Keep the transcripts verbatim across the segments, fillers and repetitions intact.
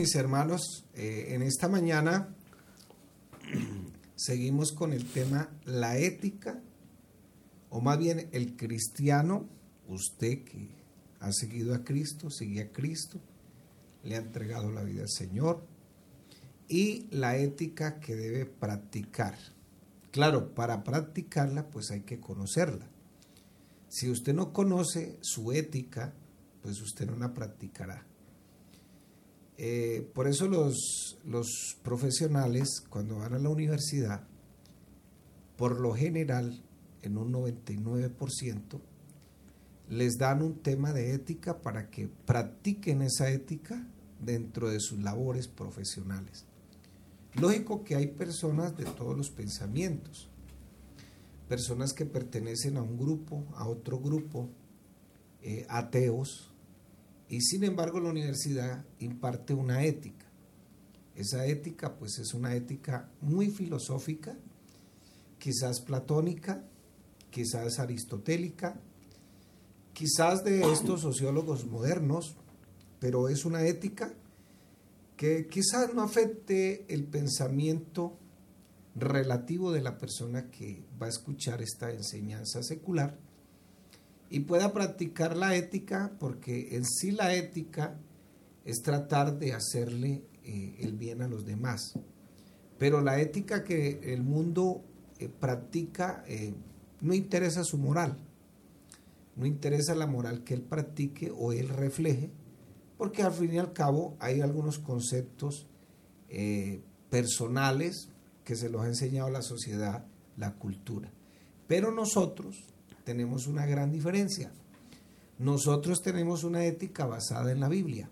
mis hermanos, eh, en esta mañana seguimos con el tema la ética, o más bien el cristiano, usted que ha seguido a Cristo, sigue a Cristo, le ha entregado la vida al Señor, y la ética que debe practicar. Claro, para practicarla pues hay que conocerla. Si usted no conoce su ética, pues usted no la practicará. Eh, por eso los, los profesionales, cuando van a la universidad, por lo general, en un noventa y nueve por ciento, les dan un tema de ética para que practiquen esa ética dentro de sus labores profesionales. Lógico que hay personas de todos los pensamientos, personas que pertenecen a un grupo, a otro grupo, eh, ateos, y sin embargo la universidad imparte una ética. Esa ética pues es una ética muy filosófica, quizás platónica, quizás aristotélica, quizás de estos sociólogos modernos, pero es una ética que quizás no afecte el pensamiento relativo de la persona que va a escuchar esta enseñanza secular y pueda practicar la ética, porque en sí la ética es tratar de hacerle eh, el bien a los demás. Pero la ética que el mundo eh, practica eh, no interesa su moral, no interesa la moral que él practique o él refleje, porque al fin y al cabo hay algunos conceptos eh, personales que se los ha enseñado la sociedad, la cultura. Pero nosotros tenemos una gran diferencia. Nosotros tenemos una ética basada en la Biblia.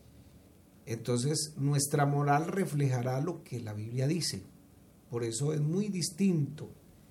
Entonces, nuestra moral reflejará lo que la Biblia dice. Por eso es muy distinto.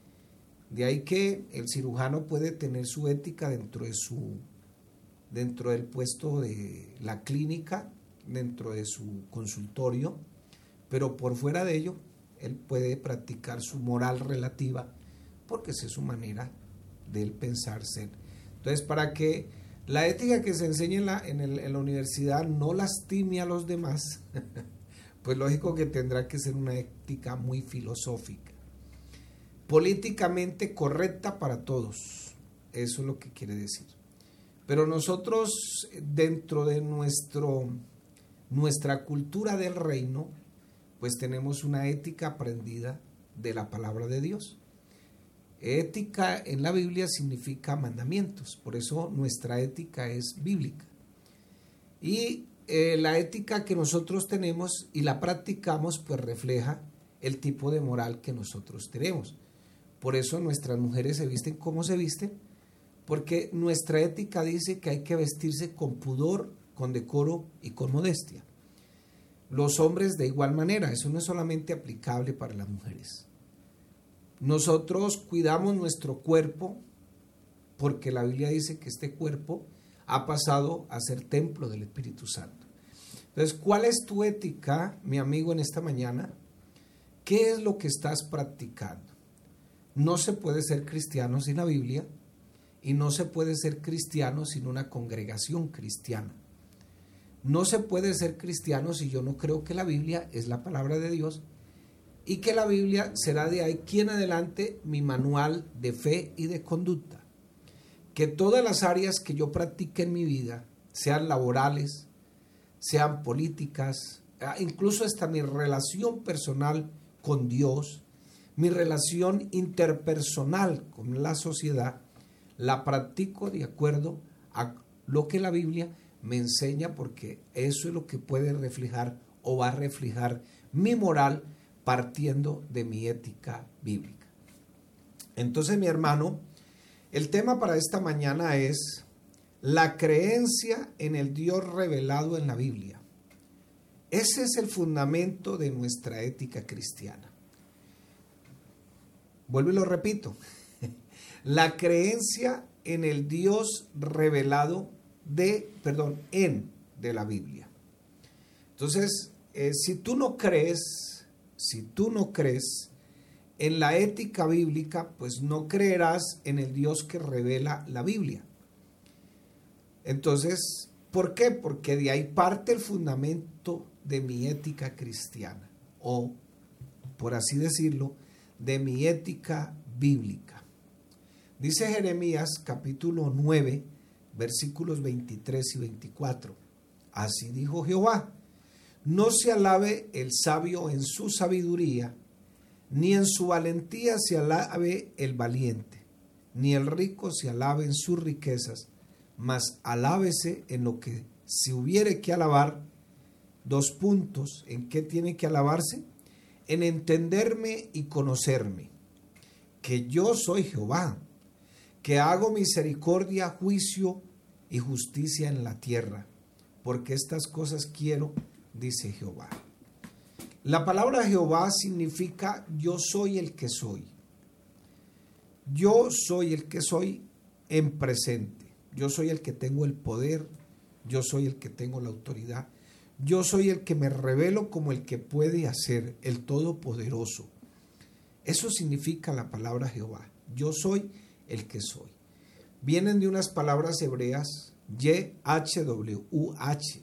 De ahí que el cirujano puede tener su ética dentro de su, dentro del puesto de la clínica, dentro de su consultorio, pero por fuera de ello, él puede practicar su moral relativa, porque esa es su manera de él pensar ser. Entonces, para que la ética que se enseña en la, en, el, en la universidad no lastime a los demás, pues lógico que tendrá que ser una ética muy filosófica, políticamente correcta para todos. Eso es lo que quiere decir. Pero nosotros, dentro de nuestro, nuestra cultura del reino, pues tenemos una ética aprendida de la palabra de Dios. Ética en la Biblia significa mandamientos, por eso nuestra ética es bíblica. Y eh, la ética que nosotros tenemos y la practicamos, pues refleja el tipo de moral que nosotros tenemos. Por eso nuestras mujeres se visten como se visten, porque nuestra ética dice que hay que vestirse con pudor, con decoro y con modestia. Los hombres de igual manera, eso no es solamente aplicable para las mujeres. Nosotros cuidamos nuestro cuerpo porque la Biblia dice que este cuerpo ha pasado a ser templo del Espíritu Santo. Entonces, ¿cuál es tu ética, mi amigo, en esta mañana? ¿Qué es lo que estás practicando? No se puede ser cristiano sin la Biblia y no se puede ser cristiano sin una congregación cristiana. No se puede ser cristiano si yo no creo que la Biblia es la palabra de Dios y que la Biblia será de aquí en adelante mi manual de fe y de conducta. Que todas las áreas que yo practique en mi vida, sean laborales, sean políticas, incluso hasta mi relación personal con Dios, mi relación interpersonal con la sociedad, la practico de acuerdo a lo que la Biblia me enseña, porque eso es lo que puede reflejar o va a reflejar mi moral partiendo de mi ética bíblica. Entonces, mi hermano, el tema para esta mañana es la creencia en el Dios revelado en la Biblia. Ese es el fundamento de nuestra ética cristiana. Vuelvo y lo repito. La creencia en el Dios revelado de, perdón, en de la Biblia. Entonces, eh, si tú no crees, si tú no crees en la ética bíblica, pues no creerás en el Dios que revela la Biblia. Entonces, ¿por qué? Porque de ahí parte el fundamento de mi ética cristiana, o, por así decirlo, de mi ética bíblica. Dice Jeremías capítulo nueve, versículos veintitrés y veinticuatro. Así dijo Jehová: no se alabe el sabio en su sabiduría, ni en su valentía se alabe el valiente, ni el rico se alabe en sus riquezas, mas alábese en lo que si hubiere que alabar. Dos puntos. ¿En qué tiene que alabarse? En entenderme y conocerme, que yo soy Jehová, que hago misericordia, juicio y justicia en la tierra, porque estas cosas quiero, dice Jehová. La palabra Jehová significa yo soy el que soy. Yo soy el que soy en presente. Yo soy el que tengo el poder. Yo soy el que tengo la autoridad. Yo soy el que me revelo como el que puede hacer, el Todopoderoso. Eso significa la palabra Jehová. Yo soy el que soy. Vienen de unas palabras hebreas, Y H W H,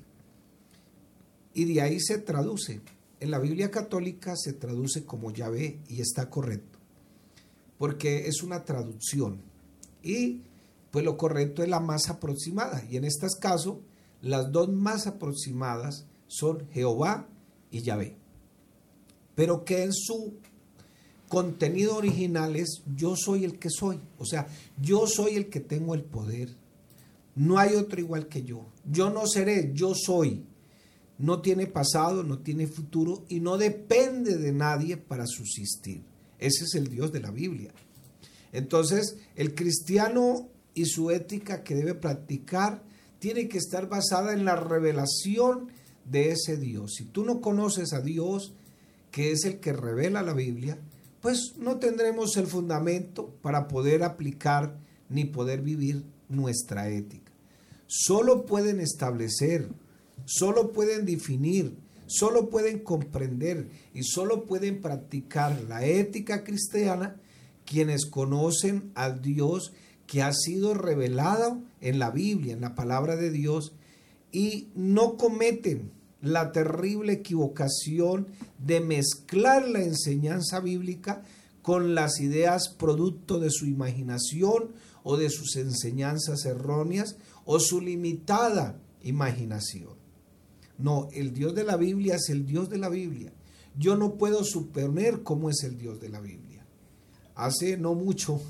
y de ahí se traduce. En la Biblia católica se traduce como Yahvé, y está correcto, porque es una traducción, y pues lo correcto es la más aproximada, y en este caso las dos más aproximadas son Jehová y Yahvé, pero que en su contenido original es yo soy el que soy, o sea, yo soy el que tengo el poder, no hay otro igual que yo, yo no seré, yo soy, no tiene pasado, no tiene futuro y no depende de nadie para subsistir. Ese es el Dios de la Biblia. Entonces, el cristiano y su ética que debe practicar tiene que estar basada en la revelación de ese Dios. Si tú no conoces a Dios, que es el que revela la Biblia, pues no tendremos el fundamento para poder aplicar ni poder vivir nuestra ética. Solo pueden establecer, solo pueden definir, solo pueden comprender y solo pueden practicar la ética cristiana quienes conocen al Dios que ha sido revelado en la Biblia, en la palabra de Dios, y no cometen la terrible equivocación de mezclar la enseñanza bíblica con las ideas producto de su imaginación o de sus enseñanzas erróneas o su limitada imaginación. No, el Dios de la Biblia es el Dios de la Biblia. Yo no puedo suponer cómo es el Dios de la Biblia. Hace no mucho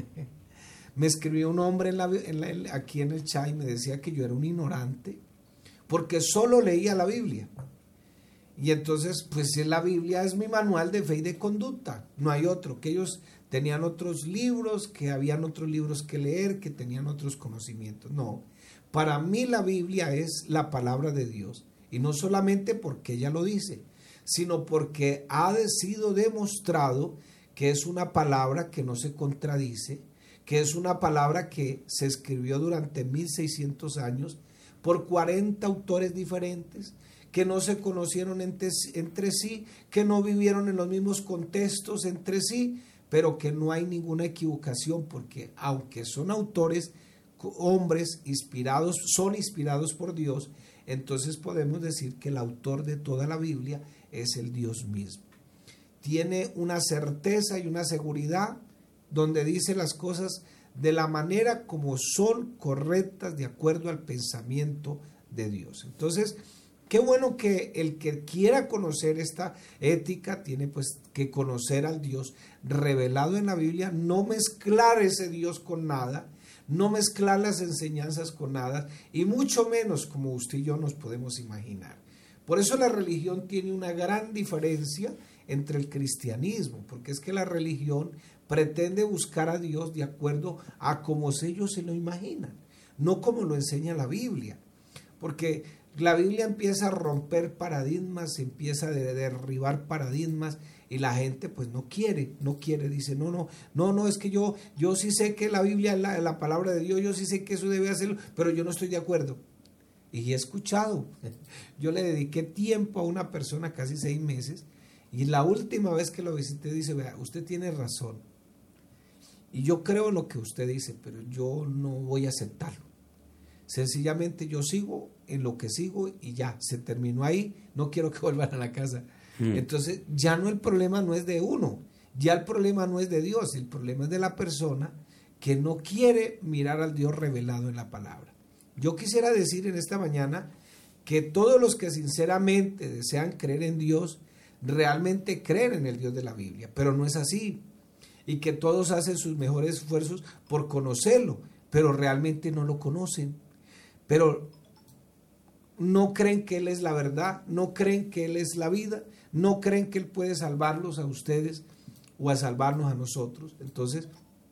me escribió un hombre en la, en la, aquí en el chat y me decía que yo era un ignorante porque solo leía la Biblia. Y entonces, pues la Biblia es mi manual de fe y de conducta. No hay otro, que ellos tenían otros libros, que habían otros libros que leer, que tenían otros conocimientos. No, para mí la Biblia es la palabra de Dios. Y no solamente porque ella lo dice, sino porque ha sido demostrado que es una palabra que no se contradice, que es una palabra que se escribió durante mil seiscientos años por cuarenta autores diferentes, que no se conocieron entre, entre sí, que no vivieron en los mismos contextos entre sí, pero que no hay ninguna equivocación, porque aunque son autores, hombres inspirados, son inspirados por Dios, entonces podemos decir que el autor de toda la Biblia es el Dios mismo. Tiene una certeza y una seguridad donde dice las cosas de la manera como son correctas de acuerdo al pensamiento de Dios. Entonces, qué bueno que el que quiera conocer esta ética tiene pues que conocer al Dios revelado en la Biblia, no mezclar ese Dios con nada, no mezclar las enseñanzas con nada y mucho menos como usted y yo nos podemos imaginar. Por eso la religión tiene una gran diferencia entre el cristianismo, porque es que la religión pretende buscar a Dios de acuerdo a como ellos se lo imaginan, no como lo enseña la Biblia, porque la Biblia empieza a romper paradigmas, empieza a derribar paradigmas y la gente pues no quiere, no quiere, dice no, no, no, no, es que yo, yo sí sé que la Biblia es la, la palabra de Dios, yo sí sé que eso debe hacerlo, pero yo no estoy de acuerdo. Y he escuchado, yo le dediqué tiempo a una persona, casi seis meses, y la última vez que lo visité dice, vea, usted tiene razón, y yo creo lo que usted dice, pero yo no voy a aceptarlo. Sencillamente yo sigo en lo que sigo y ya, se terminó ahí, no quiero que vuelvan a la casa. Mm. Entonces ya no, el problema no es de uno, ya el problema no es de Dios, el problema es de la persona que no quiere mirar al Dios revelado en la palabra. Yo quisiera decir en esta mañana que todos los que sinceramente desean creer en Dios, realmente creen en el Dios de la Biblia, pero no es así. Y que todos hacen sus mejores esfuerzos por conocerlo, pero realmente no lo conocen. Pero no creen que Él es la verdad, no creen que Él es la vida, no creen que Él puede salvarlos a ustedes o a salvarnos a nosotros. Entonces,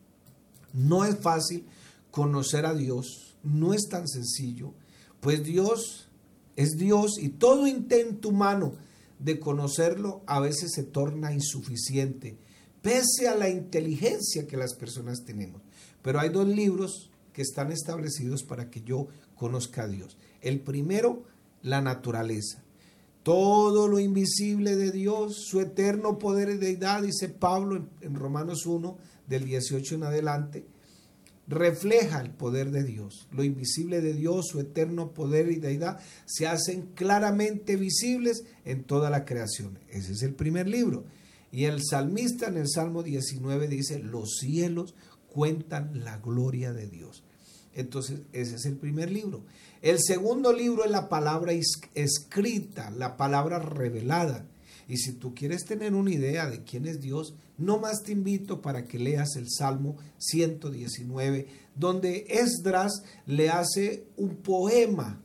no es fácil conocer a Dios, no es tan sencillo, pues Dios es Dios y todo intento humano de conocerlo a veces se torna insuficiente, pese a la inteligencia que las personas tenemos. Pero hay dos libros que están establecidos para que yo conozca a Dios. El primero, la naturaleza. Todo lo invisible de Dios, su eterno poder y deidad, dice Pablo en, en Romanos uno, del dieciocho en adelante, refleja el poder de Dios. Lo invisible de Dios, su eterno poder y deidad, se hacen claramente visibles en toda la creación. Ese es el primer libro. Y el salmista en el Salmo diecinueve dice, los cielos cuentan la gloria de Dios. Entonces, ese es el primer libro. El segundo libro es la palabra escrita, la palabra revelada. Y si tú quieres tener una idea de quién es Dios, no más te invito para que leas el Salmo ciento diecinueve, donde Esdras le hace un poema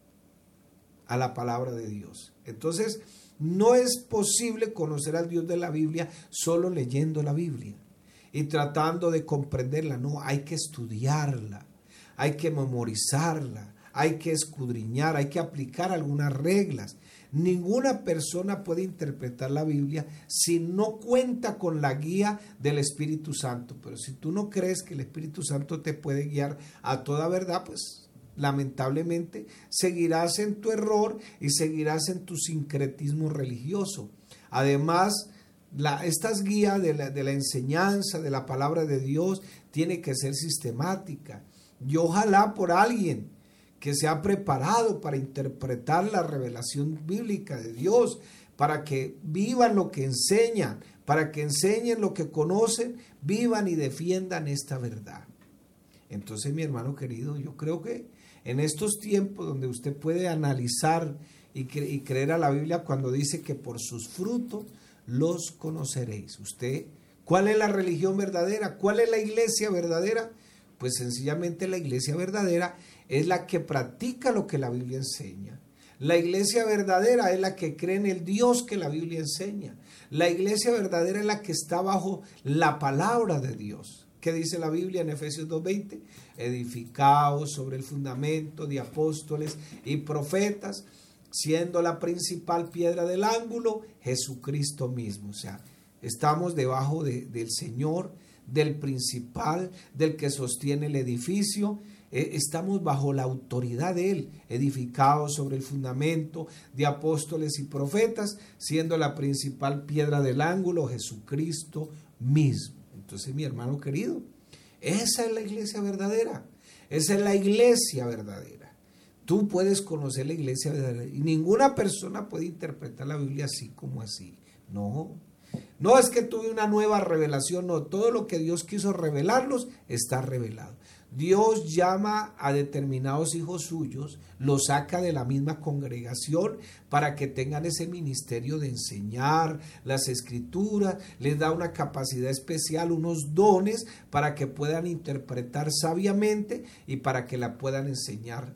a la palabra de Dios. Entonces, no es posible conocer al Dios de la Biblia solo leyendo la Biblia y tratando de comprenderla. No, hay que estudiarla, hay que memorizarla, hay que escudriñar, hay que aplicar algunas reglas. Ninguna persona puede interpretar la Biblia si no cuenta con la guía del Espíritu Santo. Pero si tú no crees que el Espíritu Santo te puede guiar a toda verdad, pues lamentablemente seguirás en tu error y seguirás en tu sincretismo religioso. Además, la, estas guías de la, de la enseñanza de la palabra de Dios tiene que ser sistemática. Y ojalá por alguien que se ha preparado para interpretar la revelación bíblica de Dios, para que vivan lo que enseñan, para que enseñen lo que conocen, vivan y defiendan esta verdad. Entonces, mi hermano querido, yo creo que en estos tiempos donde usted puede analizar y, cre- y creer a la Biblia cuando dice que por sus frutos los conoceréis. Usted, ¿cuál es la religión verdadera? ¿Cuál es la iglesia verdadera? Pues sencillamente la iglesia verdadera es la que practica lo que la Biblia enseña. La iglesia verdadera es la que cree en el Dios que la Biblia enseña. La iglesia verdadera es la que está bajo la palabra de Dios. ¿Qué dice la Biblia en Efesios dos veinte? Edificados sobre el fundamento de apóstoles y profetas, siendo la principal piedra del ángulo Jesucristo mismo. O sea, estamos debajo de, del Señor, del principal, del que sostiene el edificio. Eh, estamos bajo la autoridad de Él, edificados sobre el fundamento de apóstoles y profetas, siendo la principal piedra del ángulo Jesucristo mismo. Entonces, mi hermano querido, esa es la iglesia verdadera, esa es la iglesia verdadera. Tú puedes conocer la iglesia verdadera y ninguna persona puede interpretar la Biblia así como así. No, no es que tuve una nueva revelación, no, todo lo que Dios quiso revelarnos está revelado. Dios llama a determinados hijos suyos, los saca de la misma congregación para que tengan ese ministerio de enseñar las escrituras, les da una capacidad especial, unos dones para que puedan interpretar sabiamente y para que la puedan enseñar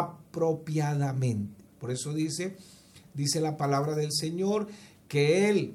apropiadamente. Por eso dice, dice la palabra del Señor que Él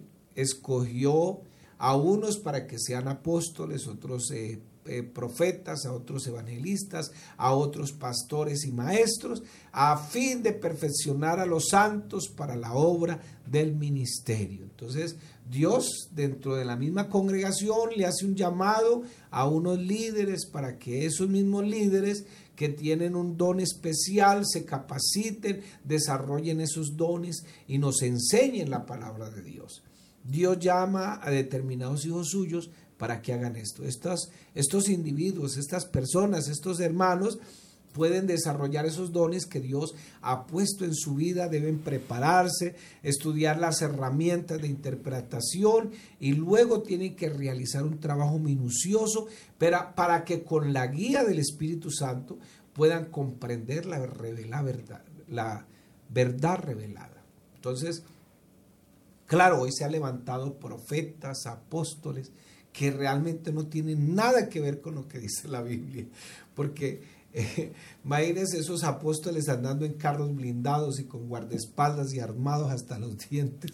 escogió a unos para que sean apóstoles, otros eh, Eh, profetas, a otros evangelistas, a otros pastores y maestros, a fin de perfeccionar a los santos para la obra del ministerio. Entonces, Dios dentro de la misma congregación le hace un llamado a unos líderes para que esos mismos líderes que tienen un don especial se capaciten, desarrollen esos dones y nos enseñen la palabra de Dios. Dios llama a determinados hijos suyos para que hagan esto. Estos, estos individuos, estas personas, estos hermanos pueden desarrollar esos dones que Dios ha puesto en su vida, deben prepararse, estudiar las herramientas de interpretación y luego tienen que realizar un trabajo minucioso para, para que con la guía del Espíritu Santo puedan comprender la, la, verdad, la verdad revelada. Entonces, claro, hoy se han levantado profetas, apóstoles, que realmente no tienen nada que ver con lo que dice la Biblia, porque eh, imagínense esos apóstoles andando en carros blindados y con guardaespaldas y armados hasta los dientes.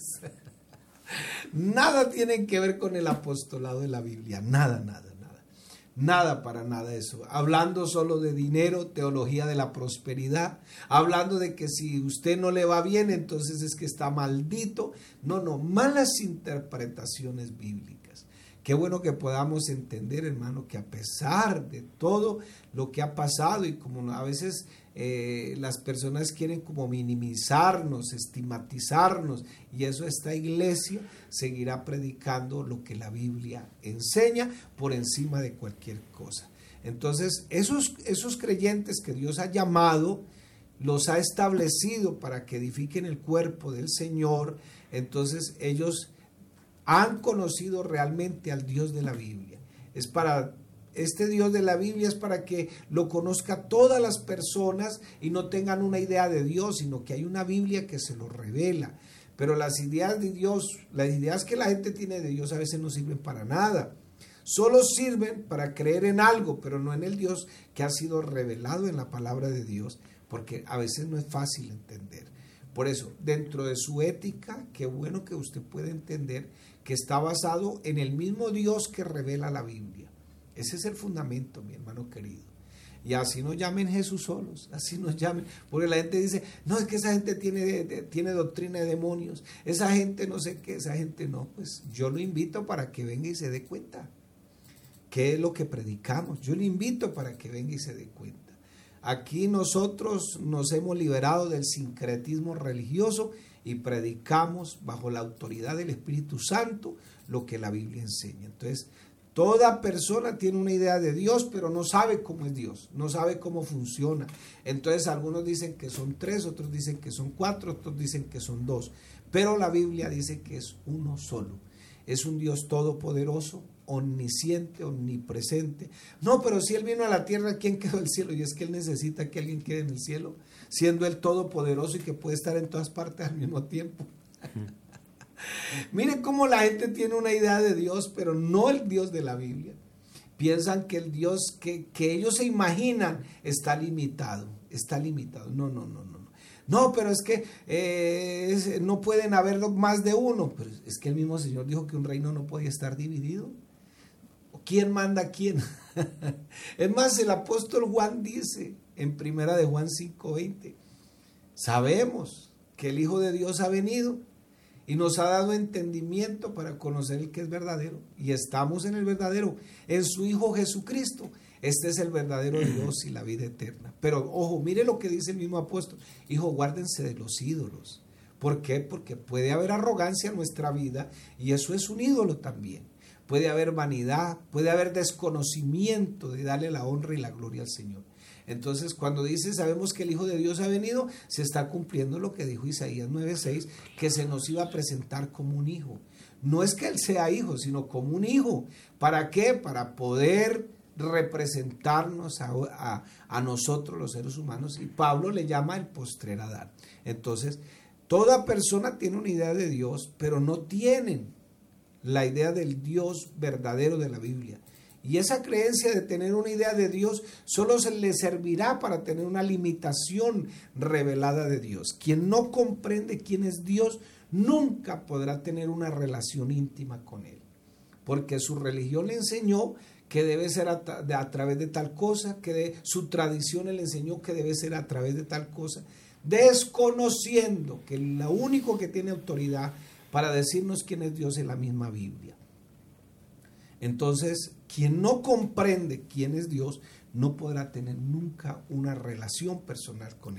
Nada tienen que ver con el apostolado de la Biblia, nada, nada, nada, nada para nada eso. Hablando solo de dinero, teología de la prosperidad, hablando de que si usted no le va bien, entonces es que está maldito. No, no, malas interpretaciones bíblicas. Qué bueno que podamos entender, hermano, que a pesar de todo lo que ha pasado y como a veces eh, las personas quieren como minimizarnos, estigmatizarnos, y eso esta iglesia seguirá predicando lo que la Biblia enseña por encima de cualquier cosa. Entonces, esos, esos creyentes que Dios ha llamado, los ha establecido para que edifiquen el cuerpo del Señor, entonces ellos han conocido realmente al Dios de la Biblia. Es para, este Dios de la Biblia es para que lo conozca todas las personas y no tengan una idea de Dios, sino que hay una Biblia que se lo revela. Pero las ideas de Dios, las ideas que la gente tiene de Dios a veces no sirven para nada. Solo sirven para creer en algo, pero no en el Dios que ha sido revelado en la palabra de Dios, porque a veces no es fácil entender. Por eso, dentro de su ética, qué bueno que usted puede entender que está basado en el mismo Dios que revela la Biblia. Ese es el fundamento, mi hermano querido. Y así nos llamen Jesús solos, así nos llamen, porque la gente dice, no, es que esa gente tiene, de, de, tiene doctrina de demonios, esa gente no sé qué, esa gente no. Pues yo lo invito para que venga y se dé cuenta qué es lo que predicamos. Yo le invito para que venga y se dé cuenta. Aquí nosotros nos hemos liberado del sincretismo religioso y predicamos bajo la autoridad del Espíritu Santo lo que la Biblia enseña. Entonces, toda persona tiene una idea de Dios, pero no sabe cómo es Dios, no sabe cómo funciona. Entonces, algunos dicen que son tres, otros dicen que son cuatro, otros dicen que son dos. Pero la Biblia dice que es uno solo. Es un Dios todopoderoso, omnisciente, omnipresente. No, pero si Él vino a la tierra, ¿quién quedó en el cielo? Y es que Él necesita que alguien quede en el cielo, siendo Él todopoderoso y que puede estar en todas partes al mismo tiempo. Miren cómo la gente tiene una idea de Dios, pero no el Dios de la Biblia. Piensan que el Dios que, que ellos se imaginan está limitado, está limitado. No, no, no, no. No, pero es que eh, es, no pueden haber más de uno. Pero es que el mismo Señor dijo que un reino no podía estar dividido. ¿Quién manda a quién? Es más, el apóstol Juan dice en primera de Juan cinco veinte, sabemos que el Hijo de Dios ha venido y nos ha dado entendimiento para conocer el que es verdadero. Y estamos en el verdadero, en su Hijo Jesucristo. Este es el verdadero Dios y la vida eterna. Pero ojo, mire lo que dice el mismo apóstol. Hijo, guárdense de los ídolos. ¿Por qué? Porque puede haber arrogancia en nuestra vida y eso es un ídolo también. Puede haber vanidad, puede haber desconocimiento de darle la honra y la gloria al Señor. Entonces, cuando dice, sabemos que el Hijo de Dios ha venido, se está cumpliendo lo que dijo Isaías nueve seis, que se nos iba a presentar como un hijo. No es que Él sea hijo, sino como un hijo. ¿Para qué? Para poder representarnos a, a, a nosotros los seres humanos, y Pablo le llama el postrer Adán. Entonces, toda persona tiene una idea de Dios, pero no tienen la idea del Dios verdadero de la Biblia. Y esa creencia de tener una idea de Dios solo se le servirá para tener una limitación revelada de Dios. Quien no comprende quién es Dios nunca podrá tener una relación íntima con Él, porque su religión le enseñó que debe ser a, de, a través de tal cosa, que de, su tradición le enseñó que debe ser a través de tal cosa, desconociendo que lo único que tiene autoridad para decirnos quién es Dios es la misma Biblia. Entonces, quien no comprende quién es Dios no podrá tener nunca una relación personal con Él.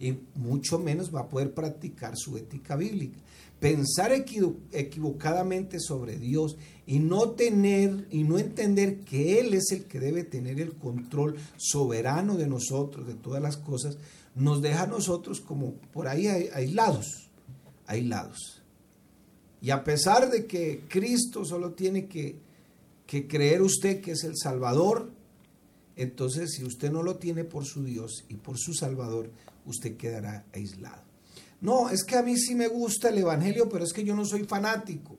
y mucho menos va a poder practicar su ética bíblica. Pensar equivocadamente sobre Dios y no tener y no entender que Él es el que debe tener el control soberano de nosotros, de todas las cosas, nos deja a nosotros como por ahí aislados, aislados. Y a pesar de que Cristo solo tiene que, que creer usted que es el Salvador, entonces si usted no lo tiene por su Dios y por su Salvador, usted quedará aislado. No, es que a mí sí me gusta el Evangelio, pero es que yo no soy fanático.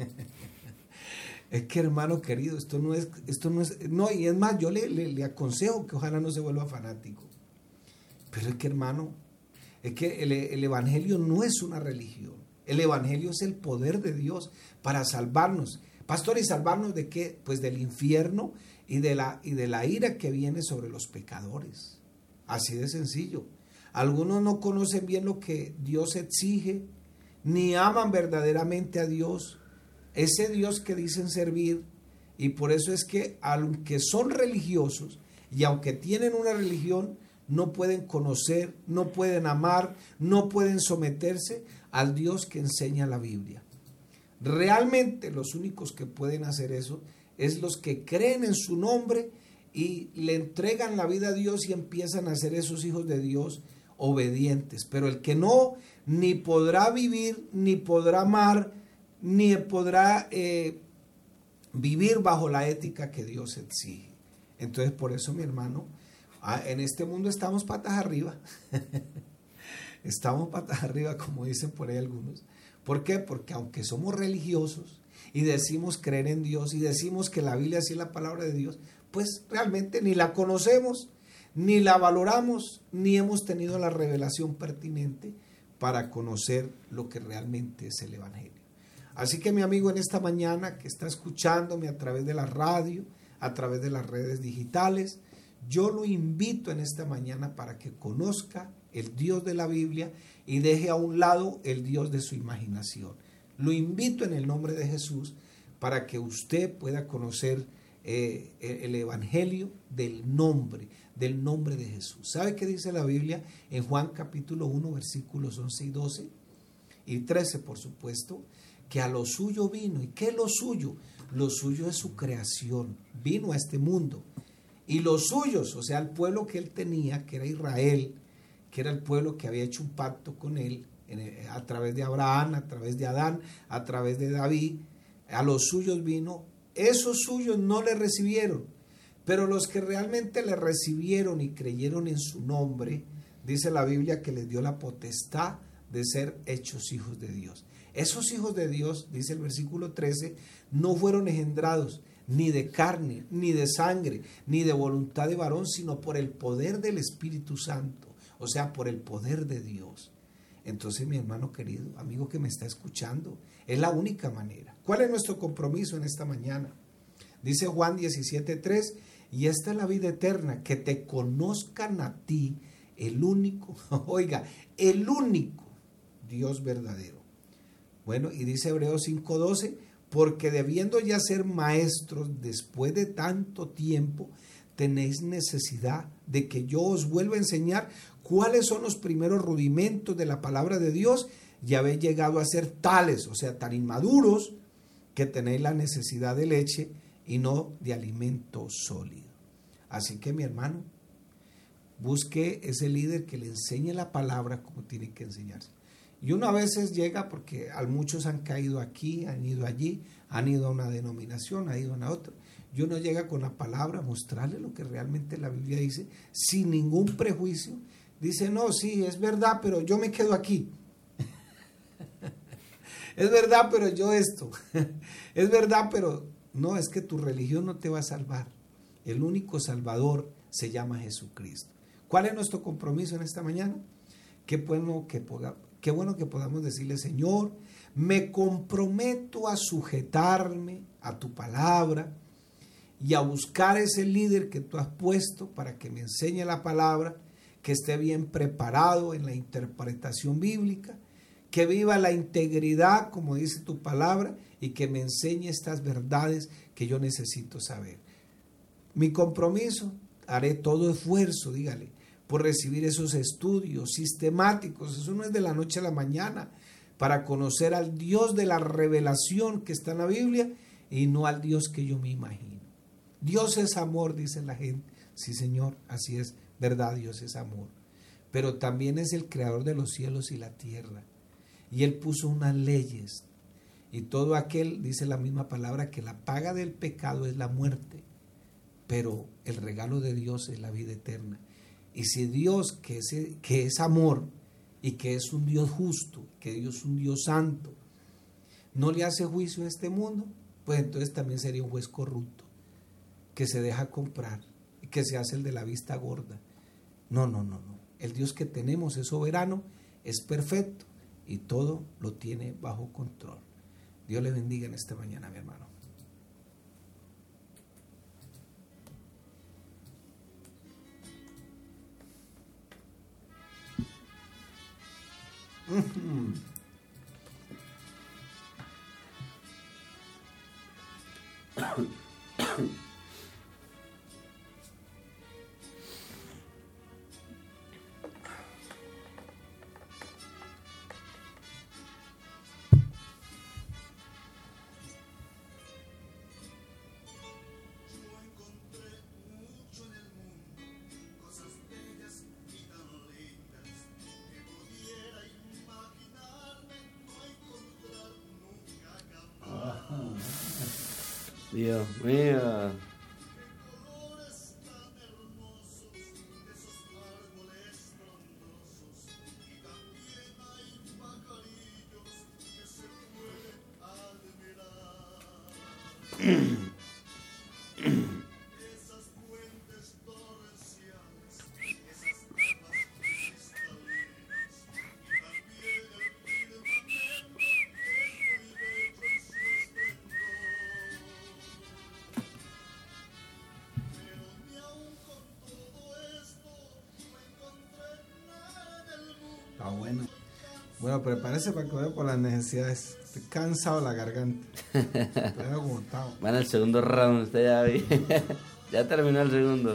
Es que, hermano querido, esto no es, esto no es, no, y es más, yo le, le, le aconsejo que ojalá no se vuelva fanático. Pero es que, hermano, es que el, el Evangelio no es una religión. El Evangelio es el poder de Dios para salvarnos. Pastor, ¿y salvarnos de qué? Pues del infierno y de la, y de la ira que viene sobre los pecadores. Así de sencillo. Algunos no conocen bien lo que Dios exige, ni aman verdaderamente a Dios, ese Dios que dicen servir, y por eso es que aunque son religiosos y aunque tienen una religión, no pueden conocer, no pueden amar, no pueden someterse al Dios que enseña la Biblia. Realmente los únicos que pueden hacer eso es los que creen en su nombre y le entregan la vida a Dios y empiezan a ser esos hijos de Dios obedientes. Pero el que no, ni podrá vivir, ni podrá amar, ni podrá eh, vivir bajo la ética que Dios exige. Entonces, por eso, mi hermano, en este mundo estamos patas arriba. Estamos patas arriba, como dicen por ahí algunos. ¿Por qué? Porque aunque somos religiosos y decimos creer en Dios y decimos que la Biblia sí es la palabra de Dios, pues realmente ni la conocemos, ni la valoramos, ni hemos tenido la revelación pertinente para conocer lo que realmente es el Evangelio. Así que, mi amigo, en esta mañana que está escuchándome a través de la radio, a través de las redes digitales, yo lo invito en esta mañana para que conozca el Dios de la Biblia y deje a un lado el Dios de su imaginación. Lo invito en el nombre de Jesús para que usted pueda conocer eh, el Evangelio del nombre, del nombre de Jesús. ¿Sabe qué dice la Biblia en Juan capítulo uno, versículos once y doce? Y trece, por supuesto, que a lo suyo vino. ¿Y qué es lo suyo? Lo suyo es su creación. Vino a este mundo. Y los suyos, o sea, el pueblo que él tenía, que era Israel, que era el pueblo que había hecho un pacto con él, en, a través de Abraham, a través de Adán, a través de David, a los suyos vino, esos suyos no le recibieron, pero los que realmente le recibieron y creyeron en su nombre, dice la Biblia que les dio la potestad de ser hechos hijos de Dios. Esos hijos de Dios, dice el versículo trece, no fueron engendrados ni de carne, ni de sangre, ni de voluntad de varón, sino por el poder del Espíritu Santo, o sea, por el poder de Dios. Entonces, mi hermano querido, amigo que me está escuchando, es la única manera. ¿Cuál es nuestro compromiso en esta mañana? Dice Juan diecisiete tres, y esta es la vida eterna, que te conozcan a ti, el único, oiga, el único Dios verdadero. Bueno, y dice Hebreos cinco doce, porque debiendo ya ser maestros después de tanto tiempo, tenéis necesidad de que yo os vuelva a enseñar cuáles son los primeros rudimentos de la palabra de Dios, y habéis llegado a ser tales, o sea, tan inmaduros, que tenéis la necesidad de leche y no de alimento sólido. Así que, mi hermano, busque ese líder que le enseñe la palabra como tiene que enseñarse. Y uno a veces llega, porque a muchos han caído aquí, han ido allí, han ido a una denominación, han ido a una otra. Y uno llega con la palabra a mostrarle lo que realmente la Biblia dice, sin ningún prejuicio. Dice, no, sí, es verdad, pero yo me quedo aquí. Es verdad, pero yo esto. Es verdad, pero no, es que tu religión no te va a salvar. El único salvador se llama Jesucristo. ¿Cuál es nuestro compromiso en esta mañana? Qué bueno que podamos, qué bueno que podamos decirle, Señor, me comprometo a sujetarme a tu palabra y a buscar ese líder que tú has puesto para que me enseñe la palabra, que esté bien preparado en la interpretación bíblica, que viva la integridad, como dice tu palabra, y que me enseñe estas verdades que yo necesito saber. Mi compromiso, haré todo esfuerzo, dígale, por recibir esos estudios sistemáticos. Eso no es de la noche a la mañana, para conocer al Dios de la revelación que está en la Biblia y no al Dios que yo me imagino. Dios es amor, dice la gente. Sí, Señor, así es, verdad, Dios es amor. Pero también es el creador de los cielos y la tierra. Y Él puso unas leyes. Y todo aquel, dice la misma palabra, que la paga del pecado es la muerte. Pero el regalo de Dios es la vida eterna. Y si Dios, que es, que es amor, y que es un Dios justo, que Dios es un Dios santo, no le hace juicio a este mundo, pues entonces también sería un juez corrupto, que se deja comprar, y que se hace el de la vista gorda. No, no, no, no. El Dios que tenemos es soberano, es perfecto, y todo lo tiene bajo control. Dios le bendiga en esta mañana, mi hermano. Dios mío. Ah, bueno. Bueno, prepárese para que vaya por las necesidades. Estoy cansado de la garganta. Estoy agotado. Van al segundo round, usted ya vi. Ya terminó el segundo.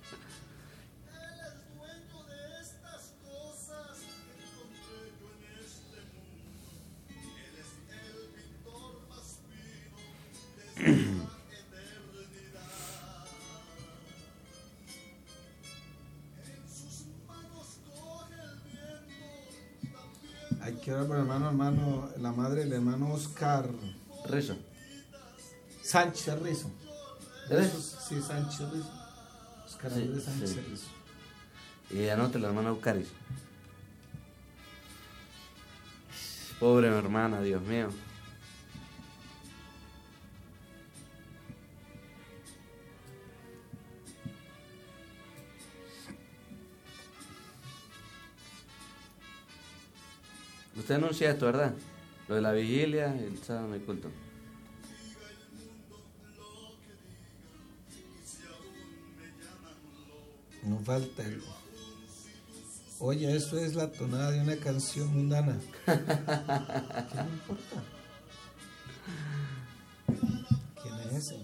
Hay que orar por el hermano, hermano, la madre del hermano Oscar Rizo. Sánchez Rizo. ¿Eres? Sí, Sánchez Rizo. Oscar Sí, Andrés Sánchez sí. Rizo. Y anote la hermana Eucaris. Pobre mi hermana, Dios mío. Usted anuncia esto, ¿verdad? Lo de la vigilia, el sábado no hay culto. No falta el... Oye, eso es la tonada de una canción mundana. ¿Qué no importa? ¿Quién es ese?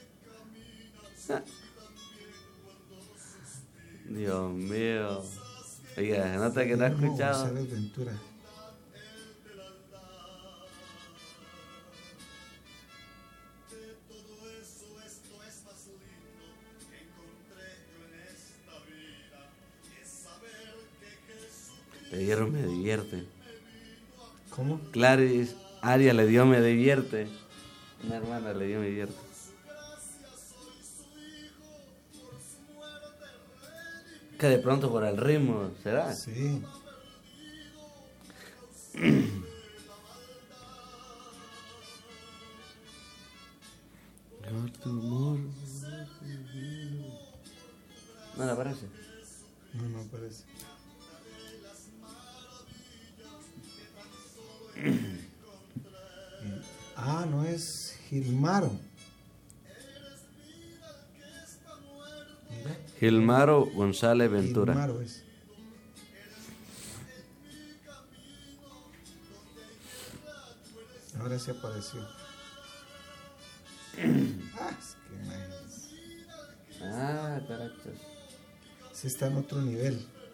Dios mío. Oiga, se nota que no ha Guillermo escuchado. González Ventura. Le dieron me divierte. ¿Cómo? Clarice Aria le dio me divierte. Una hermana le dio me divierte. Que de pronto por el ritmo, ¿será? Sí. ¿No le parece? No, no parece. Ah, no es Gilmaro. Mira. Gilmaro González Ventura. Gilmaro es. Ahora sí apareció. Ah, es que imagínense. Ah, carácter. Sí está en otro nivel.